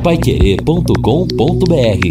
paiquerê.com.br.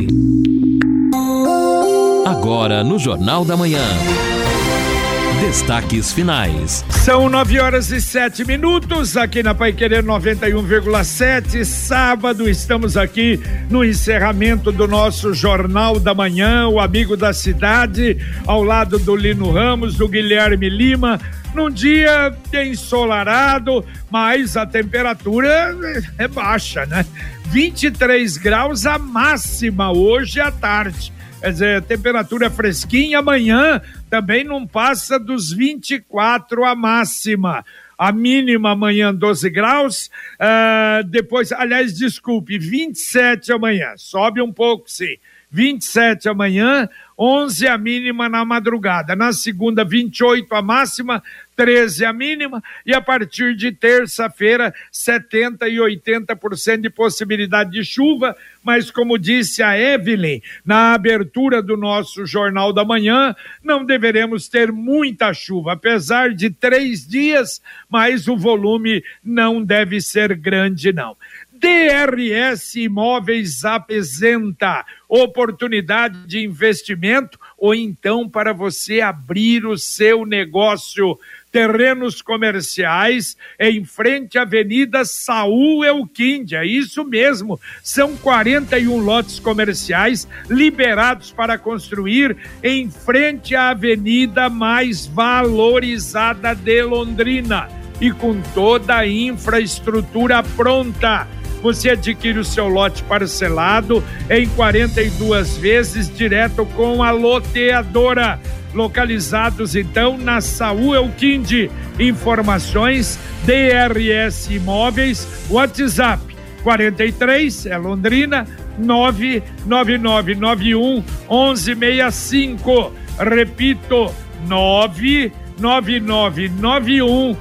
Agora no Jornal da Manhã. Destaques finais. São 9h07 aqui na Paiquerê 91,7. Sábado, estamos aqui no encerramento do nosso Jornal da Manhã, o Amigo da Cidade, ao lado do Lino Ramos, do Guilherme Lima, num dia ensolarado, mas a temperatura é baixa, né? 23 graus a máxima hoje à tarde. Quer dizer, a temperatura fresquinha, amanhã também não passa dos 24 a máxima. A mínima amanhã 12 graus, depois, aliás, desculpe, 27 amanhã, sobe um pouco sim. 27 amanhã, 11 a mínima na madrugada. Na segunda, 28 a máxima, 13 a mínima. E a partir de terça-feira, 70% e 80% de possibilidade de chuva. Mas como disse a Evelyn, na abertura do nosso Jornal da Manhã, não deveremos ter muita chuva, apesar de 3 dias, mas o volume não deve ser grande, não. DRS Imóveis apresenta oportunidade de investimento ou então para você abrir o seu negócio. Terrenos comerciais em frente à Avenida Saul Elquíndia, isso mesmo, são 41 lotes comerciais liberados para construir em frente à avenida mais valorizada de Londrina e com toda a infraestrutura pronta. Você adquire o seu lote parcelado em 42 vezes direto com a loteadora. Localizados então na Saúl Elquinde. Informações DRS Imóveis, WhatsApp 43, é Londrina, 99991 1165. Repito, 99991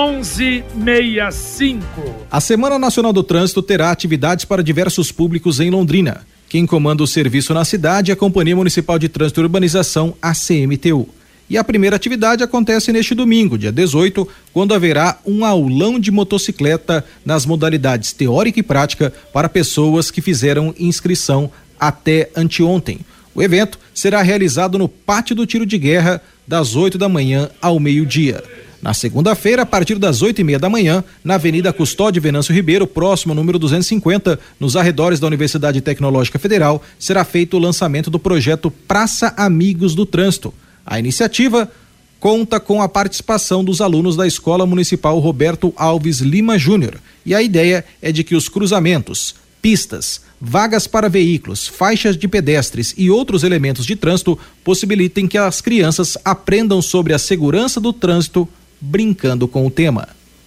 1165. A Semana Nacional do Trânsito terá atividades para diversos públicos em Londrina. Quem comanda o serviço na cidade é a Companhia Municipal de Trânsito e Urbanização, a CMTU. E a primeira atividade acontece neste domingo, dia 18, quando haverá um aulão de motocicleta nas modalidades teórica e prática para pessoas que fizeram inscrição até anteontem. O evento será realizado no Pátio do Tiro de Guerra, das 8 da manhã ao meio-dia. Na segunda-feira, a partir das 8:30 da manhã, na Avenida Custódio Venâncio Ribeiro, próximo ao número 250, nos arredores da Universidade Tecnológica Federal, será feito o lançamento do projeto Praça Amigos do Trânsito. A iniciativa conta com a participação dos alunos da Escola Municipal Roberto Alves Lima Júnior. E a ideia é de que os cruzamentos, pistas, vagas para veículos, faixas de pedestres e outros elementos de trânsito possibilitem que as crianças aprendam sobre a segurança do trânsito brincando com o tema.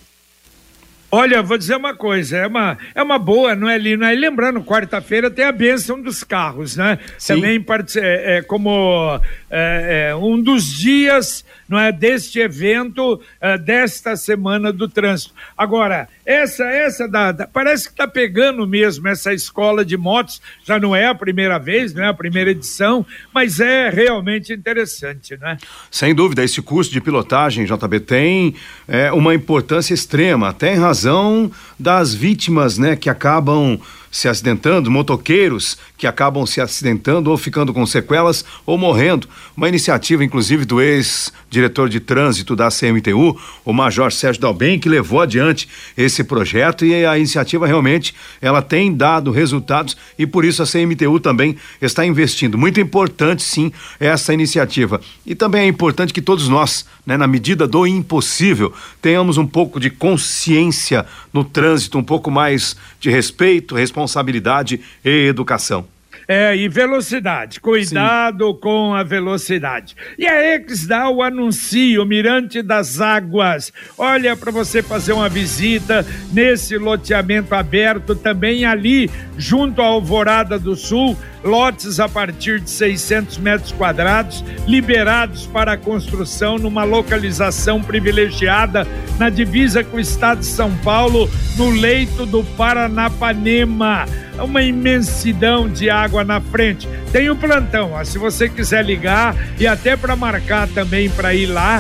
Olha, vou dizer uma coisa, é uma boa, não é, Lino? E lembrando, quarta-feira tem a bênção dos carros, né? Sim. Também como um dos dias, não é, deste evento, desta Semana do Trânsito. Agora, parece que está pegando mesmo essa escola de motos, já não é a primeira vez, não é a primeira edição, mas é realmente interessante, né? Sem dúvida, esse curso de pilotagem, JB, tem uma importância extrema, até em razão das vítimas, né, que acabam se acidentando, motoqueiros que acabam se acidentando ou ficando com sequelas ou morrendo. Uma iniciativa, inclusive, do ex-diretor de trânsito da CMTU, o Major Sérgio Dalben, que levou adiante esse projeto, e a iniciativa realmente, ela tem dado resultados e por isso a CMTU também está investindo. Muito importante, sim, essa iniciativa. E também é importante que todos nós, né, na medida do impossível, tenhamos um pouco de consciência no trânsito, um pouco mais de respeito, responsabilidade e educação. E velocidade, cuidado Sim. com a velocidade. E a Exdal anuncia o Mirante das Águas. Olha, para você fazer uma visita nesse loteamento aberto, também ali, junto à Alvorada do Sul, lotes a partir de 600 metros quadrados, liberados para a construção numa localização privilegiada na divisa com o estado de São Paulo, no leito do Paranapanema. Uma imensidão de água na frente. Tem o plantão, se você quiser ligar e até para marcar também para ir lá,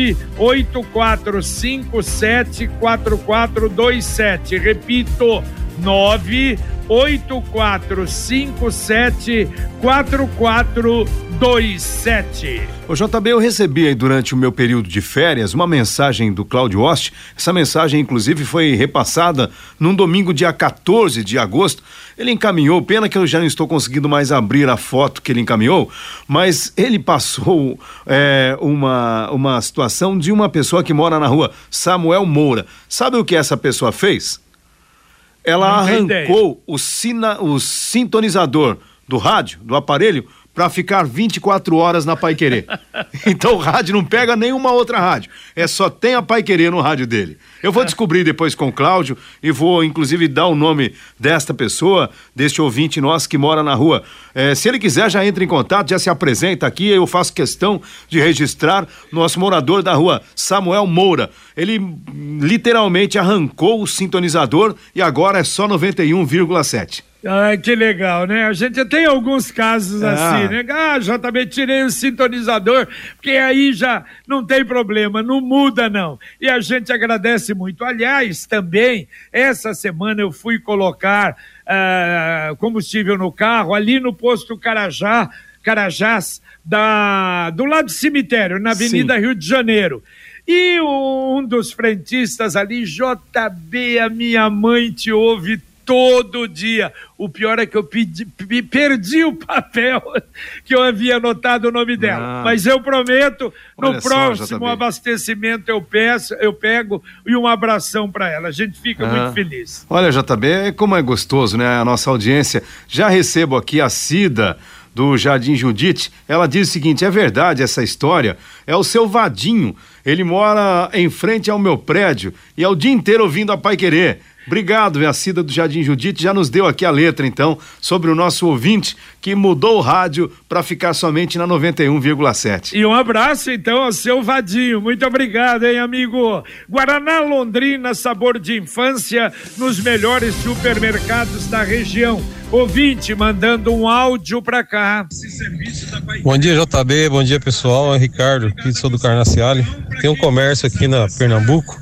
984574427. Repito, 984574427. Ô JB, eu recebi aí durante o meu período de férias uma mensagem do Cláudio Ost. Essa mensagem inclusive foi repassada num domingo, dia 14 de agosto. Ele encaminhou, pena que eu já não estou conseguindo mais abrir a foto que ele encaminhou, mas ele passou uma situação de uma pessoa que mora na rua Samuel Moura. Sabe o que essa pessoa fez? Ela arrancou o sintonizador do rádio, do aparelho, para ficar 24 horas na Paiquerê. Então o rádio não pega nenhuma outra rádio. Só tem a Paiquerê no rádio dele. Eu vou descobrir depois com o Cláudio e vou inclusive dar o nome desta pessoa, deste ouvinte nosso que mora na rua. Se ele quiser, já entra em contato, já se apresenta aqui. Eu faço questão de registrar nosso morador da rua, Samuel Moura. Ele literalmente arrancou o sintonizador e agora é só 91,7. Ah, que legal, né? A gente tem alguns casos assim, né? JB, tirei o sintonizador, porque aí já não tem problema, não muda não. E a gente agradece muito. Aliás, também, essa semana eu fui colocar combustível no carro, ali no posto Carajás, do lado do cemitério, na Avenida Rio de Janeiro. E um dos frentistas ali, JB, a minha mãe te ouve todo dia. O pior é que eu perdi o papel que eu havia anotado o nome dela. Mas eu prometo, no próximo abastecimento eu pego e um abração para ela. A gente fica muito feliz. Olha, JB, como é gostoso, né? A nossa audiência. Já recebo aqui a Cida do Jardim Judite. Ela diz o seguinte: é verdade essa história, é o seu Vadinho, ele mora em frente ao meu prédio e é o dia inteiro ouvindo a Paiquerê. Obrigado, a Cida do Jardim Judite já nos deu aqui a letra, então, sobre o nosso ouvinte que mudou o rádio para ficar somente na 91,7. E um abraço, então, ao seu Vadinho. Muito obrigado, hein, amigo? Guaraná Londrina, sabor de infância, nos melhores supermercados da região. Ouvinte mandando um áudio para cá. Bom dia, JB, bom dia, pessoal. É Ricardo, aqui sou do Carnaciale. Tem um comércio aqui na Pernambuco.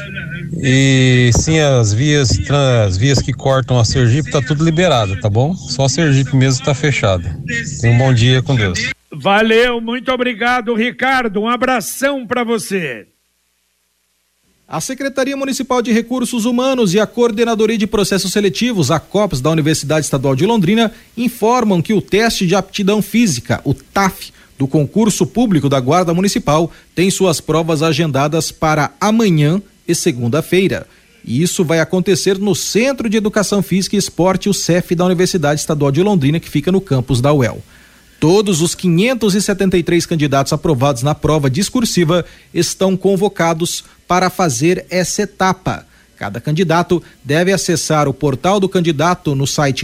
E sim, as vias que cortam a Sergipe tá tudo liberado, tá bom? Só a Sergipe mesmo tá fechada. Tenha um bom dia com Deus. Valeu, muito obrigado, Ricardo. Um abração para você. A Secretaria Municipal de Recursos Humanos e a Coordenadoria de Processos Seletivos, a COPS, da Universidade Estadual de Londrina, informam que o teste de aptidão física, o TAF, do concurso público da Guarda Municipal, tem suas provas agendadas para amanhã e segunda-feira. E isso vai acontecer no Centro de Educação Física e Esporte, o CEF, da Universidade Estadual de Londrina, que fica no campus da UEL. Todos os 573 candidatos aprovados na prova discursiva estão convocados para fazer essa etapa. Cada candidato deve acessar o portal do candidato no site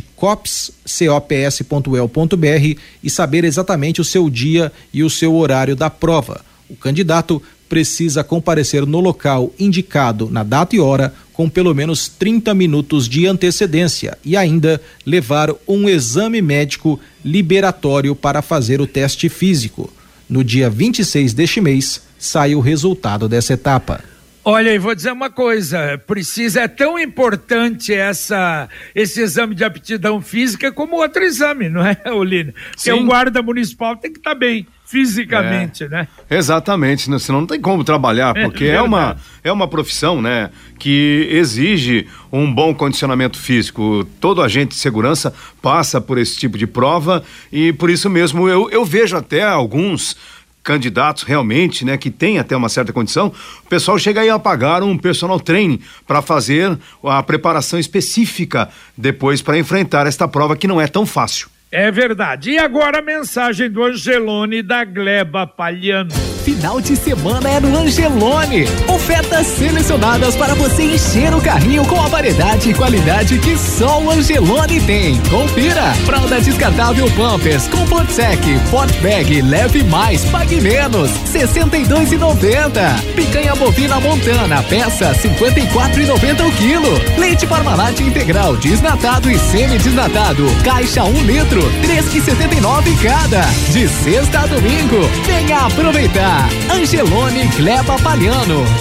cops.uel.br e saber exatamente o seu dia e o seu horário da prova. O candidato precisa comparecer no local indicado na data e hora com pelo menos 30 minutos de antecedência e ainda levar um exame médico liberatório para fazer o teste físico. No dia 26 deste mês, sai o resultado dessa etapa. Olha, e vou dizer uma coisa, é tão importante esse exame de aptidão física como outro exame, não é, Olínio? Porque um guarda municipal tem que estar bem fisicamente, né? Exatamente, senão não tem como trabalhar, porque é uma profissão, né, que exige um bom condicionamento físico. Todo agente de segurança passa por esse tipo de prova e por isso mesmo eu vejo até alguns candidatos realmente, né, que tem até uma certa condição, o pessoal chega aí a pagar um personal training para fazer a preparação específica depois para enfrentar esta prova que não é tão fácil. É verdade. E agora a mensagem do Angelone da Gleba Palhano. Final de semana é no Angelone. Ofertas selecionadas para você encher o carrinho com a variedade e qualidade que só o Angelone tem. Confira. Fralda descartável Pampers, Comfort Sec, Portbag, leve mais, pague menos, R$62,90. Picanha bovina montana, peça R$54,90 o quilo. Leite Parmalat integral, desnatado e semi-desnatado, caixa 1 litro, R$3,79 cada. De sexta a domingo, venha aproveitar. Angelone Gleba Palhano.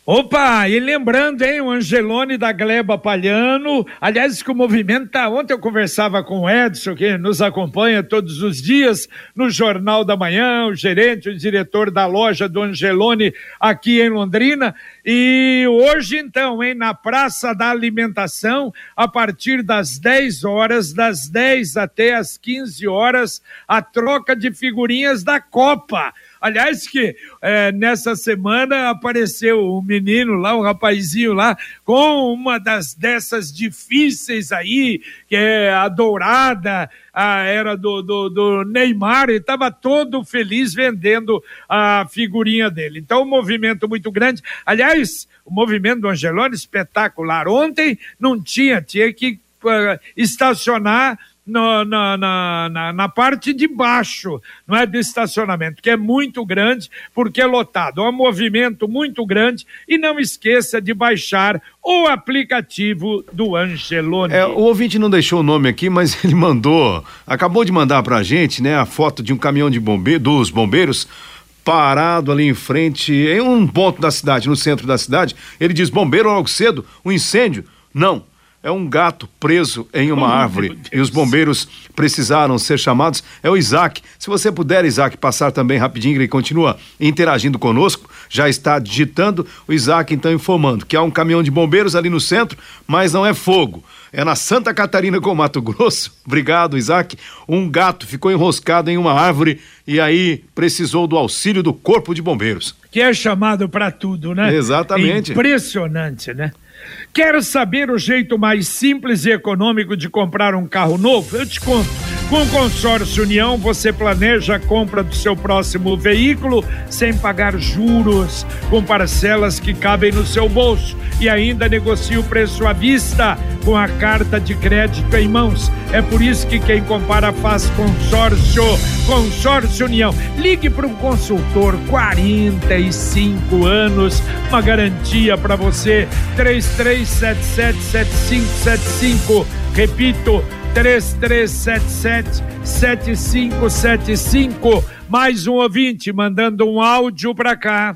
Opa, e lembrando, hein, o Angelone da Gleba Palhano, aliás, que o movimento tá, ontem eu conversava com o Edson, que nos acompanha todos os dias no Jornal da Manhã, o gerente, o diretor da loja do Angelone aqui em Londrina, e hoje então, hein, na Praça da Alimentação, a partir das 10 horas, das 10 até as 15 horas, a troca de figurinhas da Copa. Aliás, que nessa semana apareceu um menino lá, um rapazinho lá, com uma dessas difíceis aí, que é a dourada, era do Neymar, e estava todo feliz vendendo a figurinha dele. Então, um movimento muito grande. Aliás, o movimento do Angelone espetacular. Ontem não tinha que estacionar na parte de baixo, não é, do estacionamento, que é muito grande, porque é lotado. É um movimento muito grande, e não esqueça de baixar o aplicativo do Angelone. O ouvinte não deixou o nome aqui, mas ele acabou de mandar pra gente, né, a foto de um caminhão dos bombeiros parado ali em frente, em um ponto da cidade, no centro da cidade. Ele diz: bombeiro logo cedo, um incêndio? Não. É um gato preso em uma árvore e os bombeiros precisaram ser chamados. É o Isaac. Se você puder, Isaac, passar também rapidinho, ele continua interagindo conosco, já está digitando. O Isaac então informando que há um caminhão de bombeiros ali no centro, mas não é fogo. É na Santa Catarina com Mato Grosso. Obrigado, Isaac. Um gato ficou enroscado em uma árvore e aí precisou do auxílio do Corpo de Bombeiros. Que é chamado para tudo, né? Exatamente. Impressionante, né? Quer saber o jeito mais simples e econômico de comprar um carro novo? Eu te conto. Com o Consórcio União, você planeja a compra do seu próximo veículo sem pagar juros, com parcelas que cabem no seu bolso, e ainda negocia o preço à vista com a carta de crédito em mãos. É por isso que quem compara faz consórcio. Consórcio União. Ligue para um consultor, 45 anos, uma garantia para você, 33777575. Repito, 33777575. Mais um ouvinte mandando um áudio para cá.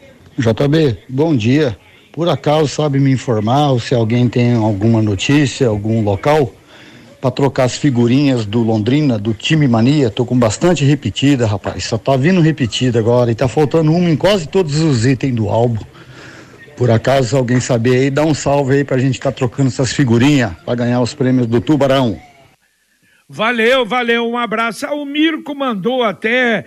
JB, bom dia. Por acaso sabe me informar se alguém tem alguma notícia, algum local para trocar as figurinhas do Londrina, do time Mania? Tô com bastante repetida, rapaz. Só tá vindo repetida agora e tá faltando uma em quase todos os itens do álbum. Por acaso alguém saber aí, dá um salve aí pra gente estar trocando essas figurinhas para ganhar os prêmios do Tubarão. Valeu, um abraço. O Mirko mandou até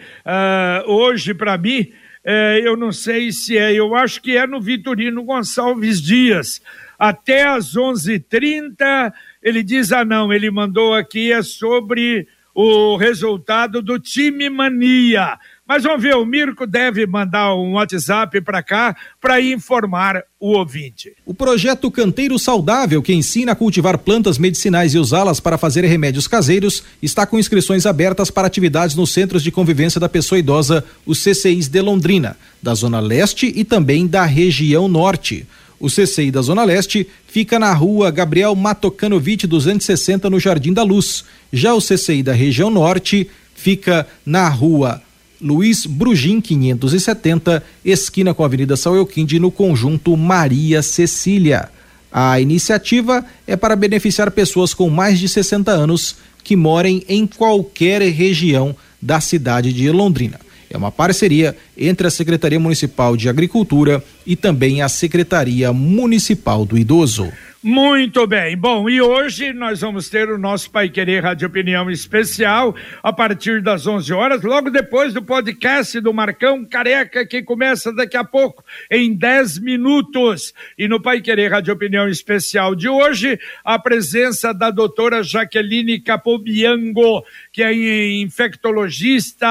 hoje para mim, eu não sei se eu acho que é no Vitorino Gonçalves Dias, até às 11h30, ele diz, ele mandou aqui, é sobre o resultado do time Mania. Mas vamos ver, o Mirko deve mandar um WhatsApp para cá para informar o ouvinte. O projeto Canteiro Saudável, que ensina a cultivar plantas medicinais e usá-las para fazer remédios caseiros, está com inscrições abertas para atividades nos Centros de Convivência da Pessoa Idosa, os CCIs de Londrina, da Zona Leste e também da região Norte. O CCI da Zona Leste fica na rua Gabriel Matocanovic 260, no Jardim da Luz. Já o CCI da região Norte fica na rua Luiz Brugim 570, esquina com a Avenida São Euquinde, no conjunto Maria Cecília. A iniciativa é para beneficiar pessoas com mais de 60 anos que morem em qualquer região da cidade de Londrina. É uma parceria entre a Secretaria Municipal de Agricultura e também a Secretaria Municipal do Idoso. Muito bem, bom, e hoje nós vamos ter o nosso Pai Querer Rádio Opinião especial a partir das 11 horas, logo depois do podcast do Marcão Careca, que começa daqui a pouco, em 10 minutos. E no Pai Querer Rádio Opinião especial de hoje, a presença da doutora Jaqueline Capobianco, que é infectologista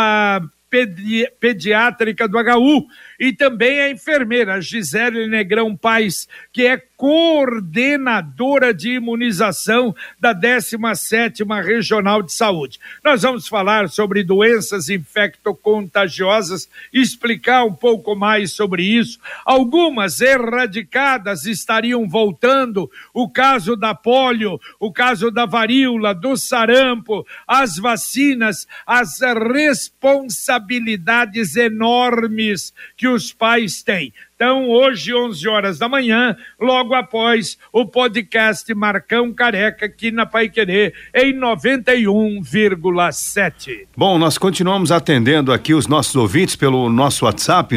pediátrica do HU, e também a enfermeira Gisele Negrão Paes, que é coordenadora de imunização da 17ª Regional de Saúde. Nós vamos falar sobre doenças infectocontagiosas, explicar um pouco mais sobre isso. Algumas erradicadas estariam voltando, o caso da polio, o caso da varíola, do sarampo, as vacinas, as responsabilidades responsabilidades enormes que os pais têm. Então, hoje, 11 horas da manhã, logo após o podcast Marcão Careca, aqui na Paiquerê, em 91,7. Bom, nós continuamos atendendo aqui os nossos ouvintes pelo nosso WhatsApp,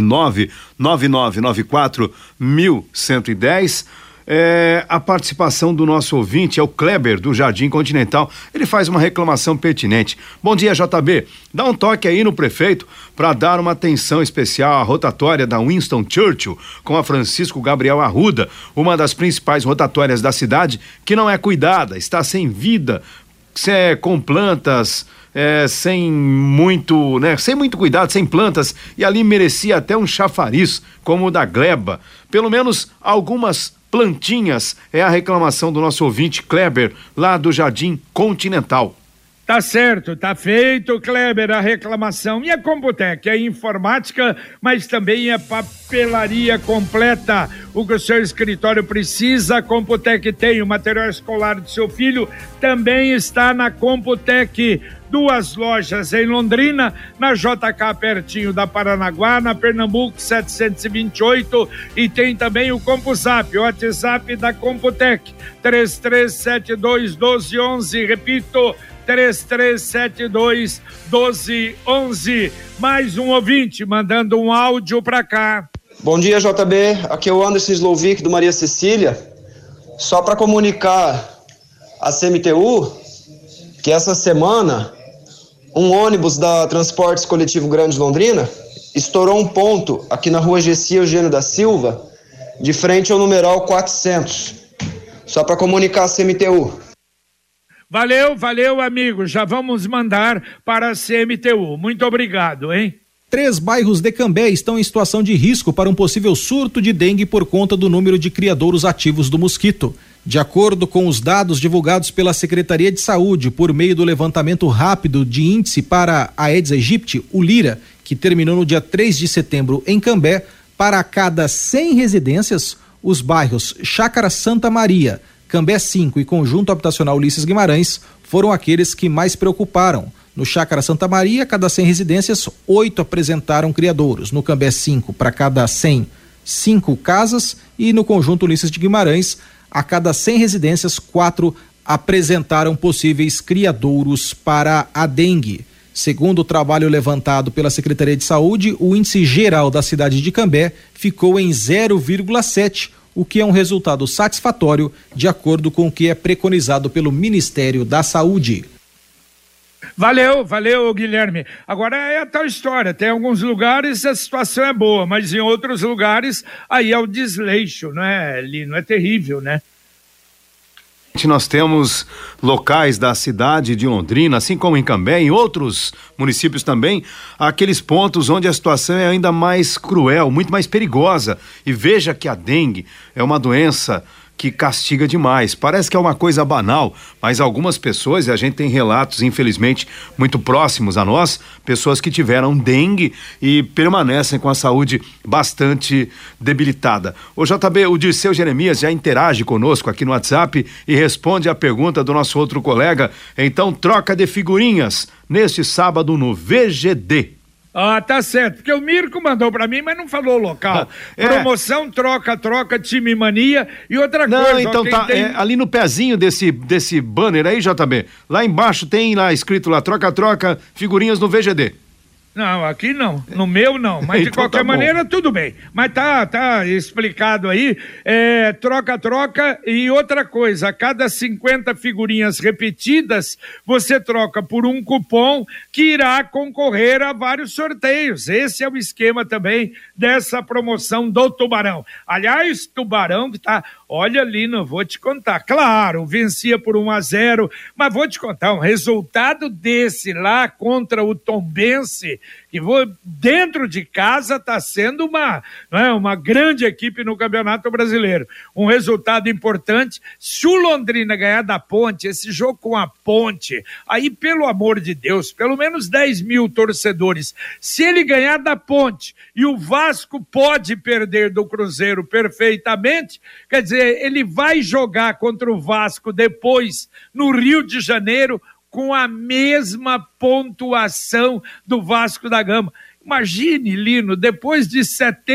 99994-1110. A participação do nosso ouvinte é o Kleber, do Jardim Continental. Ele faz uma reclamação pertinente. Bom dia, JB. Dá um toque aí no prefeito para dar uma atenção especial à rotatória da Winston Churchill com a Francisco Gabriel Arruda, uma das principais rotatórias da cidade, que não é cuidada, está sem vida, com plantas, sem muito cuidado, sem plantas, e ali merecia até um chafariz, como o da gleba. Pelo menos algumas plantinhas, é a reclamação do nosso ouvinte Kleber, lá do Jardim Continental. Tá certo, tá feito, Kleber, a reclamação. E a Computec é informática, mas também é papelaria completa. O que o seu escritório precisa, a Computec tem. O material escolar do seu filho também está na Computec. 2 lojas em Londrina, na JK pertinho da Paranaguá, na Pernambuco 728, e tem também o CompuZap, o WhatsApp da Computec, 3372-1211, repito, 3372-1211. Mais um ouvinte mandando um áudio para cá. Bom dia, JB, aqui é o Anderson Slovic do Maria Cecília. Só para comunicar a CMTU que essa semana um ônibus da Transportes Coletivo Grande Londrina estourou um ponto aqui na rua Gessia Eugênio da Silva, de frente ao numeral 400. Só para comunicar a CMTU. Valeu, amigo. Já vamos mandar para a CMTU. Muito obrigado, hein? 3 bairros de Cambé estão em situação de risco para um possível surto de dengue por conta do número de criadouros ativos do mosquito. De acordo com os dados divulgados pela Secretaria de Saúde por meio do levantamento rápido de índice para a Aedes aegypti, o LIRA, que terminou no dia 3 de setembro em Cambé, para cada 100 residências, os bairros Chácara Santa Maria, Cambé 5 e Conjunto Habitacional Ulisses Guimarães foram aqueles que mais preocuparam. No Chácara Santa Maria, cada 100 residências, 8 apresentaram criadouros. No Cambé 5, para cada 100, 5 casas, e no Conjunto Ulisses de Guimarães, a cada 100 residências, 4 apresentaram possíveis criadouros para a dengue. Segundo o trabalho levantado pela Secretaria de Saúde, o índice geral da cidade de Cambé ficou em 0,7, o que é um resultado satisfatório, de acordo com o que é preconizado pelo Ministério da Saúde. Valeu, Guilherme. Agora é a tal história, tem alguns lugares a situação é boa, mas em outros lugares aí é o desleixo, não é, Lino? É terrível, né? Nós temos locais da cidade de Londrina, assim como em Cambé, em outros municípios também, aqueles pontos onde a situação é ainda mais cruel, muito mais perigosa. E veja que a dengue é uma doença que castiga demais. Parece que é uma coisa banal, mas algumas pessoas, e a gente tem relatos, infelizmente, muito próximos a nós, pessoas que tiveram dengue e permanecem com a saúde bastante debilitada. O JB, o Dirceu Jeremias já interage conosco aqui no WhatsApp e responde a pergunta do nosso outro colega. Então, troca de figurinhas neste sábado no VGD. Ah, tá certo, porque o Mirko mandou pra mim, mas não falou o local. Promoção, troca, time mania e outra coisa. Não, então tá, ali no pezinho desse banner aí, JB, lá embaixo tem lá escrito lá, troca, figurinhas no VGD. Não, aqui não, no meu não, mas então, de qualquer maneira tudo bem, mas tá explicado aí, troca e outra coisa, a cada 50 figurinhas repetidas, você troca por um cupom que irá concorrer a vários sorteios. Esse é o esquema também dessa promoção do Tubarão. Aliás, Tubarão que tá, olha ali, não vou te contar, claro, vencia por 1-0, mas vou te contar, um resultado desse lá contra o Tombense, que dentro de casa está sendo uma grande equipe no Campeonato Brasileiro. Um resultado importante. Se o Londrina ganhar da Ponte, esse jogo com a Ponte, aí, pelo amor de Deus, pelo menos 10 mil torcedores. Se ele ganhar da Ponte e o Vasco pode perder do Cruzeiro perfeitamente, quer dizer, ele vai jogar contra o Vasco depois no Rio de Janeiro com a mesma pontuação do Vasco da Gama. Imagine, Lino, depois de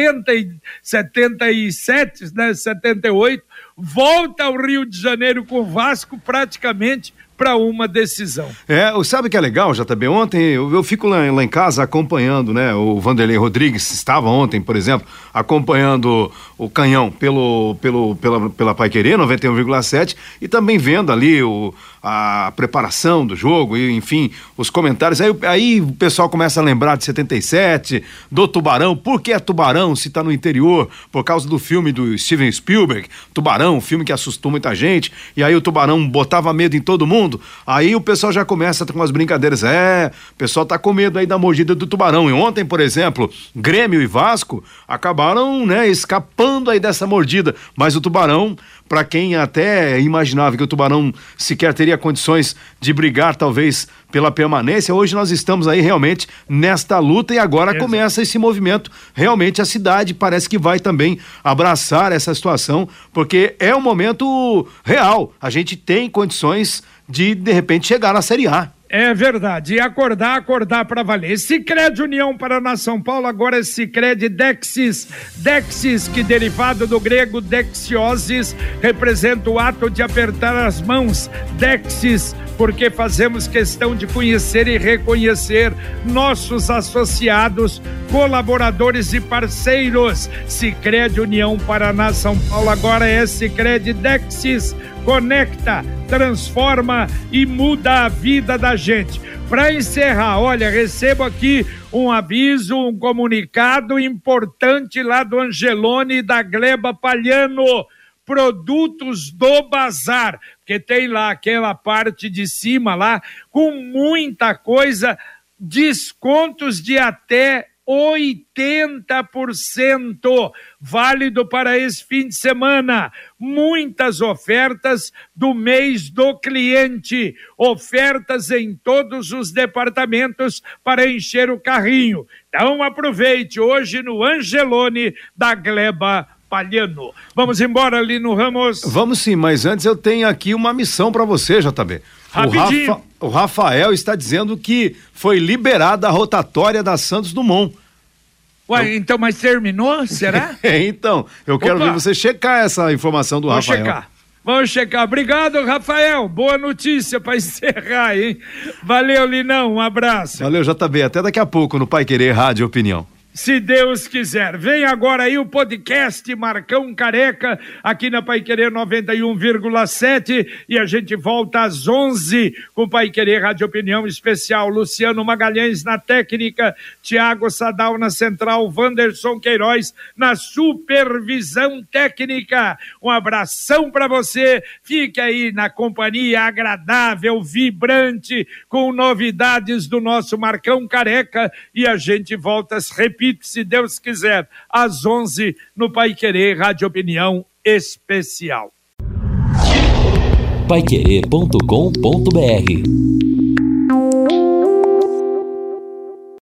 77, né, 78, volta ao Rio de Janeiro com o Vasco praticamente para uma decisão. Sabe o que é legal, JB? Ontem eu fico lá em casa acompanhando, né? O Vanderlei Rodrigues estava ontem, por exemplo, acompanhando o Canhão pela Paiquerê 91,7 e também vendo ali a preparação do jogo e, enfim, os comentários. Aí o pessoal começa a lembrar de 77, do Tubarão. Por que é Tubarão se tá no interior? Por causa do filme do Steven Spielberg, Tubarão, um filme que assustou muita gente, e aí o Tubarão botava medo em todo mundo. Aí o pessoal já começa com as brincadeiras. O pessoal tá com medo aí da mordida do Tubarão. E ontem, por exemplo, Grêmio e Vasco acabaram, né, escapando aí dessa mordida. Mas o Tubarão, para quem até imaginava que o Tubarão sequer teria condições de brigar, talvez, pela permanência, hoje nós estamos aí realmente nesta luta e agora começa esse movimento. Realmente a cidade parece que vai também abraçar essa situação, porque é um momento real. A gente tem condições de repente, chegar na Série A. É verdade, e acordar para valer. Sicredi União Paraná São Paulo, agora é Sicredi Dexis. Dexis, que derivado do grego dexioses, representa o ato de apertar as mãos. Dexis, porque fazemos questão de conhecer e reconhecer nossos associados, colaboradores e parceiros. Sicredi União Paraná São Paulo, agora é Sicredi Dexis. Conecta, transforma e muda a vida da gente. Para encerrar, olha, recebo aqui um aviso, um comunicado importante lá do Angelone e da Gleba Palhano. Produtos do bazar, porque tem lá aquela parte de cima lá com muita coisa, descontos de até 80%, válido para esse fim de semana. Muitas ofertas do mês do cliente, ofertas em todos os departamentos para encher o carrinho. Então aproveite hoje no Angelone da Gleba Palhano. Vamos embora, Lino Ramos? Vamos sim, mas antes eu tenho aqui uma missão para você, JB. Rapidinho. O Rafael está dizendo que foi liberada a rotatória da Santos Dumont. Ué, então, mas terminou? Será? Então, eu quero ver você checar essa informação do Rafael. Vamos checar. Obrigado, Rafael. Boa notícia para encerrar, hein? Valeu, Linão. Um abraço. Valeu, JB. Até daqui a pouco no Pai Querer Rádio Opinião. Se Deus quiser. Vem agora aí o podcast Marcão Careca, aqui na Paiquerê 91,7, e a gente volta às 11 com Paiquerê Rádio Opinião Especial. Luciano Magalhães na técnica, Tiago Sadal na central, Wanderson Queiroz na supervisão técnica. Um abração para você. Fique aí na companhia agradável, vibrante, com novidades do nosso Marcão Careca, e a gente volta a se repetir, se Deus quiser, às 11 no Paiquerê Rádio Opinião Especial. paiquerê.com.br